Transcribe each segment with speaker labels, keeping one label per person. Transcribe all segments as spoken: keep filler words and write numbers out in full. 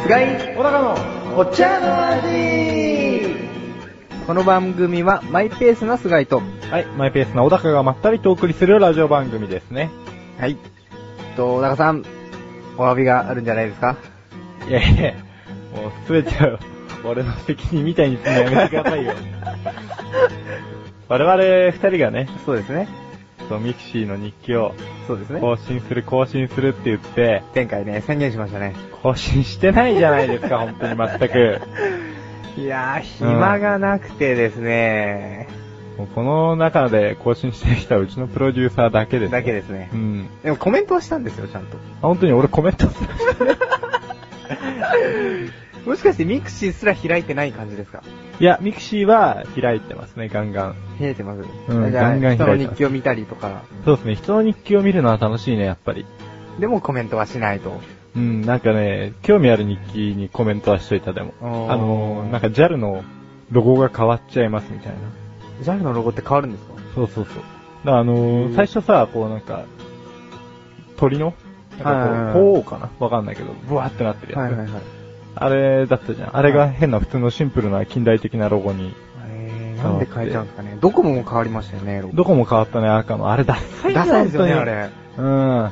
Speaker 1: 菅井小高のお茶の味。この番組はマイペースな菅井と、
Speaker 2: はい、マイペースな小高がまったりとお送りするラジオ番組ですね。
Speaker 1: はい。と、小高さん、お詫びがあるんじゃないですか？
Speaker 2: いやいや、もうすべてを俺の責任みたいにするのやめてくださいよ。我々二人がね、
Speaker 1: そうですね。
Speaker 2: そう、ミクシーの日記を、
Speaker 1: そうですね。
Speaker 2: 更新する更新するって言って、
Speaker 1: 前回ね、宣言しましたね。
Speaker 2: 更新してないじゃないですか、本当に全く。
Speaker 1: いやー、暇がなくてですね、
Speaker 2: もうこの中で更新してきたうちのプロデューサーだけです、ね。
Speaker 1: だけですね。
Speaker 2: うん。
Speaker 1: でもコメントはしたんですよ、ちゃんと。
Speaker 2: あ、本当に俺コメントする。
Speaker 1: もしかしてミクシーすら開いてない感じですか？
Speaker 2: いや、ミクシーは開いてますね、ガンガン。
Speaker 1: 開いてます。
Speaker 2: うん、
Speaker 1: じゃあ
Speaker 2: ガンガン開いてます。
Speaker 1: 人の日記を見たりとか。
Speaker 2: そうですね、人の日記を見るのは楽しいね、やっぱり。
Speaker 1: でもコメントはしないと。
Speaker 2: うん、なんかね、興味ある日記にコメントはしといたでも。あのー、なんか ジャル のロゴが変わっちゃいますみたいな。
Speaker 1: ジャル のロゴって変わるんですか？
Speaker 2: そうそうそう。だからあのー、最初さ、こうなんか、鳥のなんかこう、鳳凰かなわかんないけど、ブワーってなってるやつ。
Speaker 1: はいはいはい。
Speaker 2: あれだったじゃん。あれが変な普通のシンプルな近代的なロゴに。
Speaker 1: えー、なんで変えちゃうんですかね。ドコモも変わりましたよね、ロゴ。
Speaker 2: どこも変わったね、赤の。あれダサい
Speaker 1: ダサいですよね、あれ。
Speaker 2: うん。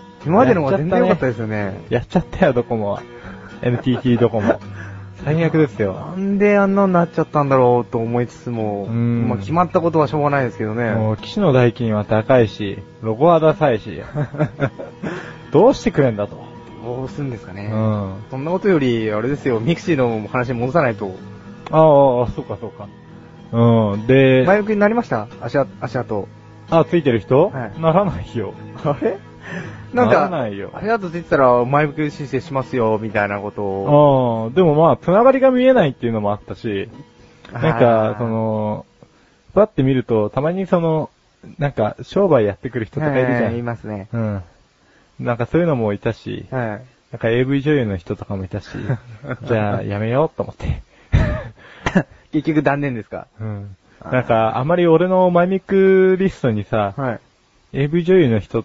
Speaker 1: 今までの方が全然良かったですよね。
Speaker 2: やっちゃったよ、ドコモは。エヌティーティー ドコモ。最悪ですよ。
Speaker 1: なんであんなになっちゃったんだろうと思いつつも、うん、まあ決まったことはしょうがないですけどね。
Speaker 2: もう機種の代金は高いし、ロゴはダサいし。どうしてくれんだと。
Speaker 1: どうすんですかね。
Speaker 2: うん。
Speaker 1: そんなことより、あれですよ、ミクシーの話に戻さないと。
Speaker 2: ああ、そうかそうか。うん。で、
Speaker 1: 前向きになりました？足跡、足跡。
Speaker 2: あ、ついてる人？
Speaker 1: はい。
Speaker 2: ならないよ。
Speaker 1: あれなんか、
Speaker 2: ならないよ。
Speaker 1: 足跡ついてたら前向き申請しますよ、みたいなことを。
Speaker 2: ああ、でもまあ、つながりが見えないっていうのもあったし、なんか、その、パッて見ると、たまにその、なんか、商売やってくる人とかいるじゃん。
Speaker 1: いますね。
Speaker 2: うん。なんかそういうのもいたし、
Speaker 1: はい。
Speaker 2: なんか エーブイ 女優の人とかもいたし、じゃあやめようと思って。
Speaker 1: 結局断念ですか？
Speaker 2: うん。なんか、あまり俺のマイミクリストにさ、
Speaker 1: はい。
Speaker 2: エーブイ 女優の人って、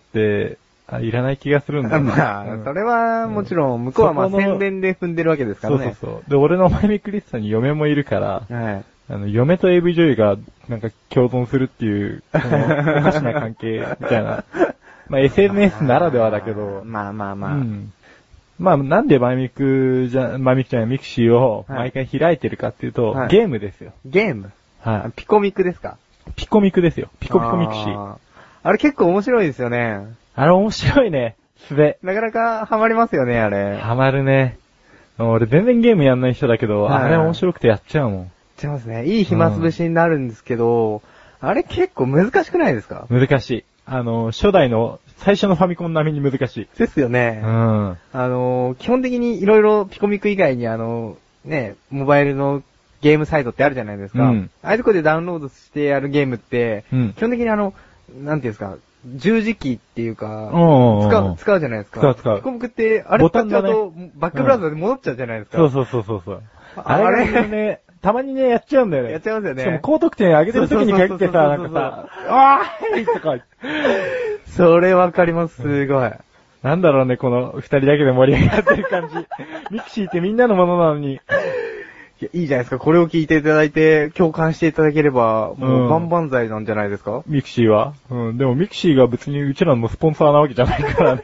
Speaker 2: あ、いらない気がするんだよね。
Speaker 1: まあ、うん、それはもちろん、向こうはまあ宣伝で踏んでるわけですからね。
Speaker 2: そうそうそう。で、俺のマイミクリストに嫁もいるから、
Speaker 1: はい。
Speaker 2: あの、嫁と エーブイ 女優が、なんか共存するっていう、この、おかしな関係みたいな。まあ エスエヌエス ならではだけど。
Speaker 1: まあまあまあ。
Speaker 2: うん。まあなんでマイミクじゃ、マイミクじゃないミクシーを毎回開いてるかっていうと、はい、ゲームですよ。
Speaker 1: ゲーム？
Speaker 2: はい。
Speaker 1: ピコミクですか？
Speaker 2: ピコミクですよ。ピコピコミクシー。
Speaker 1: あ, あれ結構面白いですよね。
Speaker 2: あれ面白いね。すべ。
Speaker 1: なかなかハマりますよね、あれ。
Speaker 2: ハマるね。俺全然ゲームやんない人だけど、はい、あれ面白くてやっちゃうもん。やっ
Speaker 1: ちゃいますね。いい暇つぶしになるんですけど、うん、あれ結構難しくないですか？
Speaker 2: 難しい。あの、初代の、最初のファミコン並みに難しい。
Speaker 1: ですよね。
Speaker 2: うん。
Speaker 1: あの、基本的にいろいろピコミク以外にあの、ね、モバイルのゲームサイトってあるじゃないですか。うん。ああいうとこでダウンロードしてやるゲームって、うん、基本的にあの、なんていうんですか、十字キーっていうか、使う、使うじゃないですか。
Speaker 2: 使う使う。
Speaker 1: ピコミクって、あれ使っちゃうと、ね、バックブラウザで戻っちゃうじゃないですか。
Speaker 2: うん、そうそうそうそう。あれ、あれね、たまにね、やっちゃうんだよね。
Speaker 1: やっちゃいますよね。
Speaker 2: しかも高得点上げてる時に限ってさ、なんかさ、あーいとか。
Speaker 1: それわかります、すごい。
Speaker 2: なんだろうね、この二人だけで盛り上がってる感じ。ミクシーってみんなのものなのに。
Speaker 1: いや、いいじゃないですか。これを聞いていただいて、共感していただければ、もう万々歳なんじゃないですか、うん、
Speaker 2: ミクシーは。うん、でもミクシーが別にうちらのスポンサーなわけじゃないからね。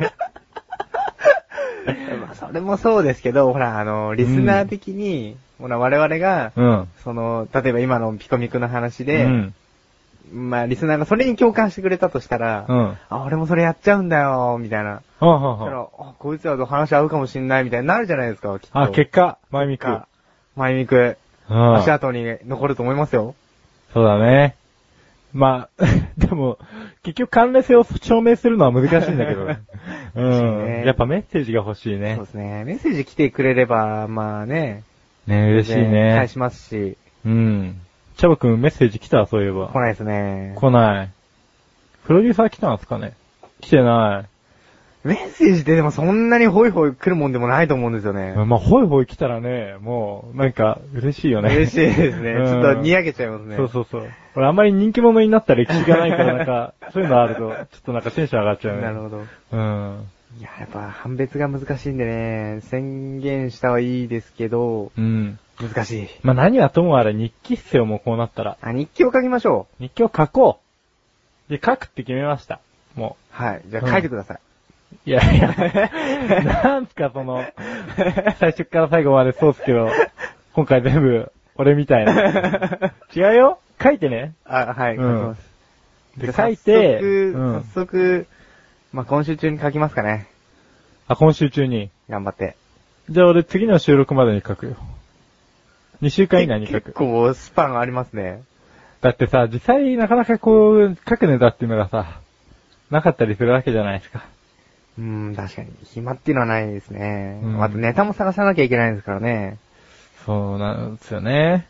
Speaker 1: まあ、それもそうですけど、ほら、あの、リスナー的に、うん、ほら、我々が、うん、その、例えば今のピコミクの話で、うん、まあ、リスナーがそれに共感してくれたとしたら、うん、あ、俺もそれやっちゃうんだよ、みたいな。
Speaker 2: はあはあ、
Speaker 1: そしたら、あ、こいつらと話合うかもしんない、みたいになるじゃないですか、きっと。
Speaker 2: あ、結果、マイミク。
Speaker 1: マイミク。足跡に残ると思いますよ。
Speaker 2: そうだね。まあ、でも、結局関連性を証明するのは難しいんだけど。うん、ね。やっぱメッセージが欲しいね。
Speaker 1: そうですね。メッセージ来てくれれば、まあね。
Speaker 2: ね、嬉しいね。
Speaker 1: 返しますし。
Speaker 2: うん。チャボくんメッセージ来た？そういえば。
Speaker 1: 来ないですね。
Speaker 2: 来ない。プロデューサー来たんですかね？来てない。
Speaker 1: メッセージってでもそんなにホイホイ来るもんでもないと思うんですよね。
Speaker 2: まあ、ホイホイ来たらね、もう、なんか、嬉しいよね。
Speaker 1: 嬉しいですね。うん、ちょっとにやけちゃいますね。
Speaker 2: そうそうそう。俺あんまり人気者になった歴史がないから、なんか、そういうのあると、ちょっとなんかテンション上がっちゃうね。
Speaker 1: なるほど。
Speaker 2: うん。
Speaker 1: いや、やっぱ判別が難しいんでね、宣言したはいいですけど、
Speaker 2: うん。
Speaker 1: 難しい。
Speaker 2: まあ、何はともあれ日記っすよ、もうこうなったら。
Speaker 1: あ、日記を書きましょ
Speaker 2: う。日記を書こう。で、書くって決めました。も
Speaker 1: う。はい。じゃあ書いてください。
Speaker 2: うん、いやいや、なんすかその、最初から最後までそうっすけど、今回全部、俺みたいな。違うよ。書いてね。
Speaker 1: あ、はい、書きます。
Speaker 2: で、書いて、
Speaker 1: 早速、うん、早速、まあ、今週中に書きますかね。
Speaker 2: あ、今週中に。
Speaker 1: 頑張って。
Speaker 2: じゃあ俺次の収録までに書くよ。にしゅうかん以内に書く。
Speaker 1: 結構スパンありますね。
Speaker 2: だってさ、実際なかなかこう、書くネタっていうのがさ、なかったりするわけじゃないですか。
Speaker 1: うーん、確かに。暇っていうのはないですね。
Speaker 2: うん、
Speaker 1: またネタも探さなきゃいけないですからね。
Speaker 2: そうなんですよね。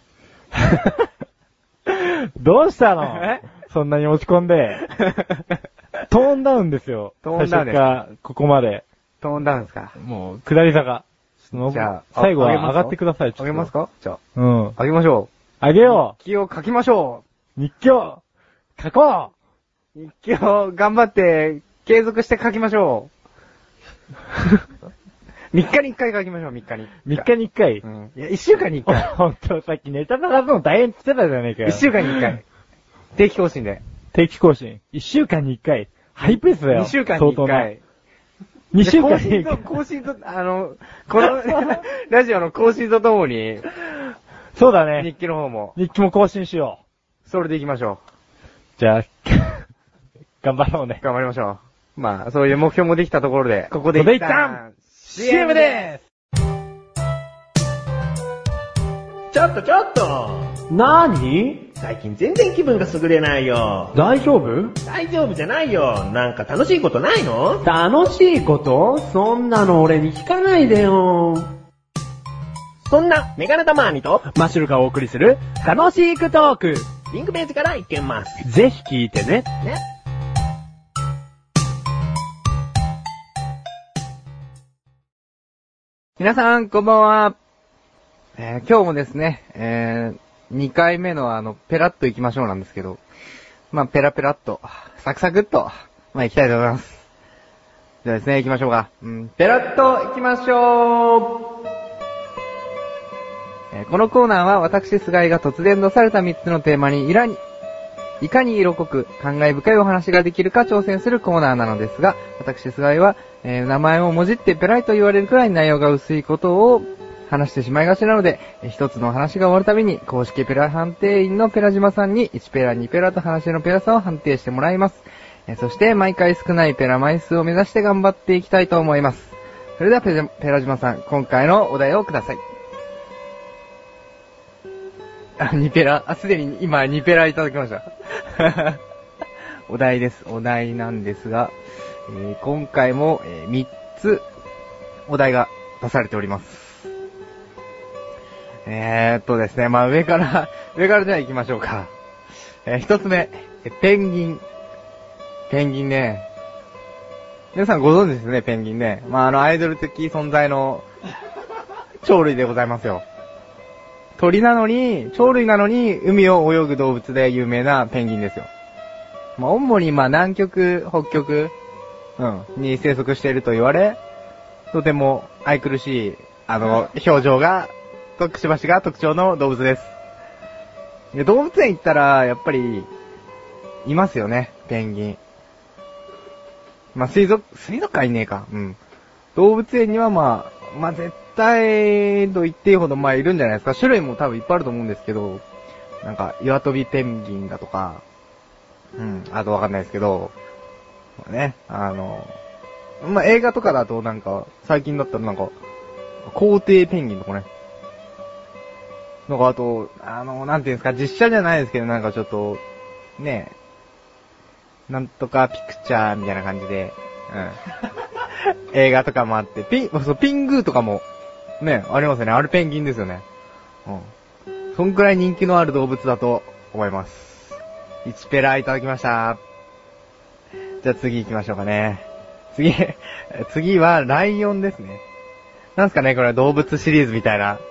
Speaker 2: どうしたのそんなに落ち込んで。トーンダウンですよ。
Speaker 1: トーンダウンです。
Speaker 2: 最初からここまで。
Speaker 1: トーンダウンですか。
Speaker 2: もう、下り坂。じゃあ、最後は上がってください、
Speaker 1: ちょっと。あげますかじゃあ。
Speaker 2: うん。
Speaker 1: あげましょ
Speaker 2: う。あげよ
Speaker 1: う。日記を書きましょ
Speaker 2: う。日記を書こ
Speaker 1: う。日記を頑張って継続して書きましょう。みっかにいっかい書きましょう、みっかに。
Speaker 2: みっかにいっかい。
Speaker 1: うん。いや、いっしゅうかんにいっかい。
Speaker 2: ほんと、さっきネタ探すの大変って言ってたじゃねえかよ。
Speaker 1: いっしゅうかんにいっかい。定期更新で。
Speaker 2: 定期更新。いっしゅうかんにいっかい。ハイペースだよ。
Speaker 1: にしゅうかんにいっかい。
Speaker 2: にしゅうかんに
Speaker 1: いっかい。更新と、更新と、あの、この、ラジオの更新とともに、
Speaker 2: そうだね。
Speaker 1: 日記の方も。
Speaker 2: 日記も更新しよ
Speaker 1: う。それで行きましょう。
Speaker 2: じゃあ、頑張ろうね。
Speaker 1: 頑張りましょう。まあ、そういう目標もできたところで、ここで
Speaker 2: 一旦、シーエム でーす。
Speaker 3: ちょっとちょっと
Speaker 4: なーに？
Speaker 3: 最近全然気分が優れないよ。
Speaker 4: 大丈夫？
Speaker 3: 大丈夫じゃないよ。なんか楽しいことないの？
Speaker 4: 楽しいこと？そんなの俺に聞かないでよ。
Speaker 3: そんなメガネタマーニと
Speaker 4: マッシュルがお送りする楽しくトーク。
Speaker 3: リンクページから行けます。
Speaker 4: ぜひ聞いてね。
Speaker 3: ね。
Speaker 1: 皆さん、こんばんは。えー、今日もですね、えー、にかいめのあの、ペラッと行きましょうなんですけど、まあ、ペラペラっと、サクサクっと、まあ、行きたいと思います。じゃあですね、行きましょうか。うん、ペラッと行きましょう。えー、このコーナーは私、菅井が突然出されたみっつのテーマに、いらに、いかに色濃く、感慨深いお話ができるか挑戦するコーナーなのですが、私、菅井は、えー、名前をもじってペライと言われるくらい内容が薄いことを、話してしまいがちなので、一つの話が終わるたびに、公式ペラ判定員のペラ島さんにいちペラにペラと話のペラさを判定してもらいます。えそして、毎回少ないペラ枚数を目指して頑張っていきたいと思います。それではペラ、ペラ島さん、今回のお題をください。あ、にペラ、あ、すでに今にペラいただきました。お題です。お題なんですが、えー、今回も、えー、みっつ、お題が出されております。えーっとですね、まあ上から、上からじゃあ行きましょうか。えー、一つ目、ペンギン。ペンギンね。皆さんご存知ですね、ペンギンね。まああのアイドル的存在の鳥類でございますよ。鳥なのに、鳥類なのに海を泳ぐ動物で有名なペンギンですよ。まあ主にまあ南極、北極、うん、に生息していると言われ、とても愛くるしい、あの、表情が、くちばしが特徴の動物です。で動物園行ったら、やっぱり、いますよね、ペンギン。まあ、水族、水族館いねえか。うん。動物園にはまあ、まあ絶対と言っていいほどまあいるんじゃないですか。種類も多分いっぱいあると思うんですけど、なんか、岩飛びペンギンだとか、うん、あとわかんないですけど、まあね、あの、まあ映画とかだとなんか、最近だったらなんか、皇帝ペンギンとかね、なんかあと、あの、なんていうんですか、実写じゃないですけど、なんかちょっと、ねえ、なんとかピクチャーみたいな感じで、うん。映画とかもあって、ピン、そう、ピングーとかも、ね、ありますよね。あれペンギンですよね。うん。そんくらい人気のある動物だと思います。いちペラいただきました。じゃあ次行きましょうかね。次、次はライオンですね。なんすかね、これ動物シリーズみたいな。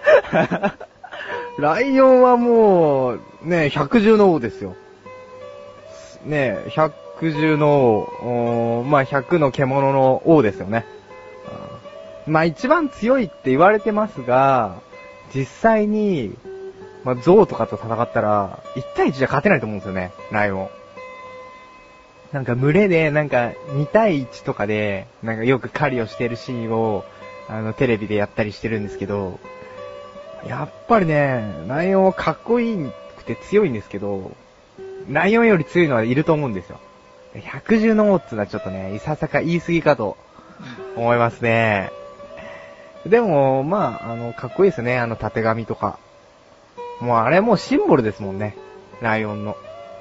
Speaker 1: ライオンはもう、ね、百獣の王ですよ。ね、百百獣の王、まあひゃくの獣の王ですよね。まあ一番強いって言われてますが、実際に、まあ象とかと戦ったら、いち対いちじゃ勝てないと思うんですよね、ライオン。なんか群れで、なんかに対いちとかで、なんかよく狩りをしてるシーンを、あの、テレビでやったりしてるんですけど、やっぱりね、ライオンはかっこいいくて強いんですけど、ライオンより強いのはいると思うんですよ。百獣の王ってのはちょっとね、いささか言い過ぎかと思いますね。でも、まあ、あの、かっこいいですね、あの、縦紙とか。もうあれもうシンボルですもんね、ライオンの。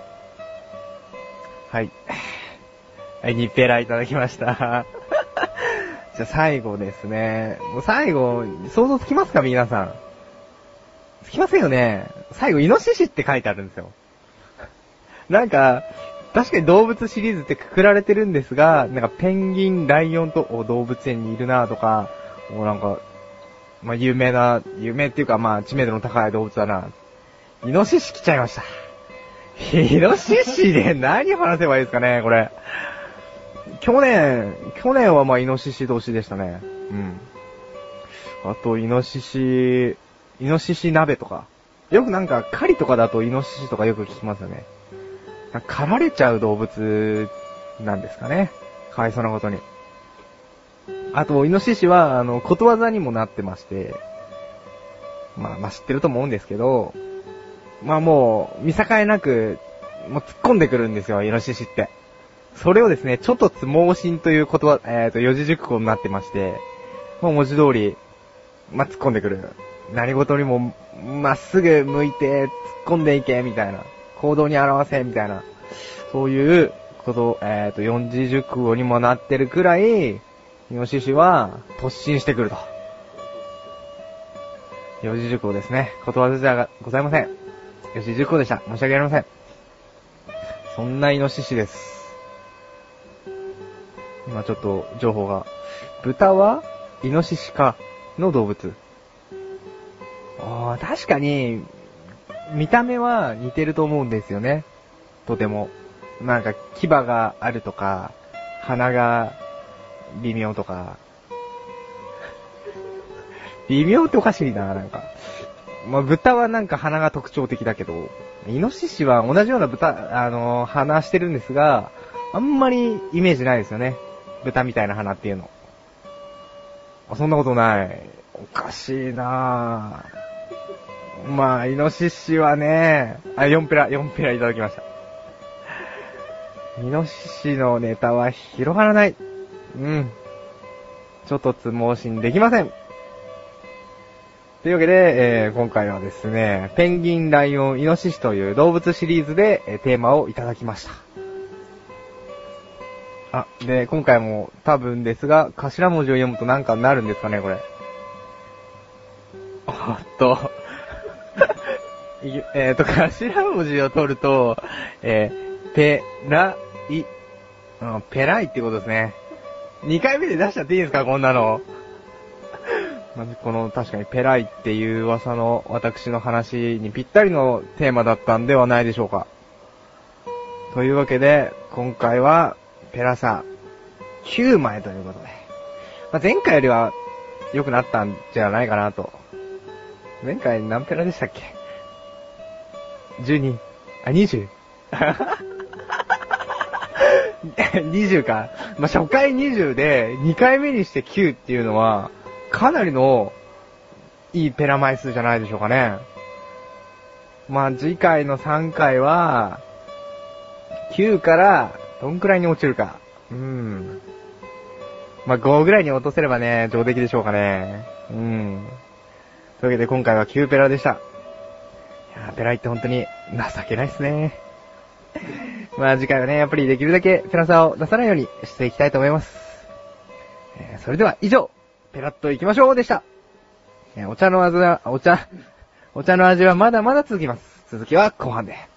Speaker 1: はい。はい、ニッペラいただきました。じゃあ最後ですね。もう最後、想像つきますか皆さん。つきませんよね。最後、イノシシって書いてあるんですよ。なんか、確かに動物シリーズってくくられてるんですが、なんかペンギン、ライオンと動物園にいるなとか、もうなんか、まあ有名な、有名っていうかまあ知名度の高い動物だな。イノシシ来ちゃいました。イノシシで何話せばいいですかね、これ。去年、去年はまあイノシシ年でしたね。うん。あと、イノシシ、イノシシ鍋とか。よくなんか狩りとかだとイノシシとかよく聞きますよね。狩られちゃう動物なんですかね。かわいそうなことに。あと、イノシシは、あの、ことわざにもなってまして、まあ、まあ知ってると思うんですけど、まあもう、見境なく、もう突っ込んでくるんですよ、イノシシって。それをですね、ちょっとつ猛進ということは、えっと、四字熟語になってまして、もう文字通り、まあ突っ込んでくる。何事にも、まっすぐ向いて、突っ込んでいけ、みたいな。行動に表せ、みたいな。そういうこと、えっと、四字熟語にもなってるくらい、イノシシは突進してくると。四字熟語ですね。ことわざじゃございません。四字熟語でした。申し訳ありません。そんなイノシシです。今ちょっと情報が。豚はイノシシかの動物。ああ、確かに、見た目は似てると思うんですよね。とても。なんか牙があるとか、鼻が微妙とか。微妙っておかしいな、なんか。まあ、豚はなんか鼻が特徴的だけど、イノシシは同じような豚、あのー、鼻してるんですが、あんまりイメージないですよね。豚みたいな鼻っていうの。あ、そんなことない。おかしいなぁ。まあ、イノシシはね、あ、よんペラ、よんペラいただきました。イノシシのネタは広がらない。うん。ちょっとつ盲信できません。というわけで、えー、今回はですね、ペンギン、ライオン、イノシシという動物シリーズで、えー、テーマをいただきました。あ、で、今回も多分ですが、頭文字を読むとなんかなるんですかね、これ。おっと。えっと、頭文字を取ると、えー、ペライ、うん、ペライってことですね。にかいめで出しちゃっていいですか、こんなの。この、確かにペライっていう噂の私の話にぴったりのテーマだったんではないでしょうか。というわけで、今回は、ペラサきゅうまいということで。まあ、前回よりは良くなったんじゃないかなと。前回何ペラでしたっけ ?じゅうに。あ、にじゅう? にじゅうか。まあ、初回にじゅうでにかいめにしてきゅうっていうのは、かなりのいいペラ枚数じゃないでしょうかね。まあ、次回のさんかいは、きゅうからどんくらいに落ちるか。うーん。まあ、ごぐらいに落とせればね、上出来でしょうかね。うん。というわけで今回はきゅうペラでした。いやー、ペライって本当に情けないっすね。まあ次回はね、やっぱりできるだけペラサを出さないようにしていきたいと思います。えー、それでは以上、ペラッといきましょうでした。えー、お茶の味は、お茶、お茶の味はまだまだ続きます。続きは後半で。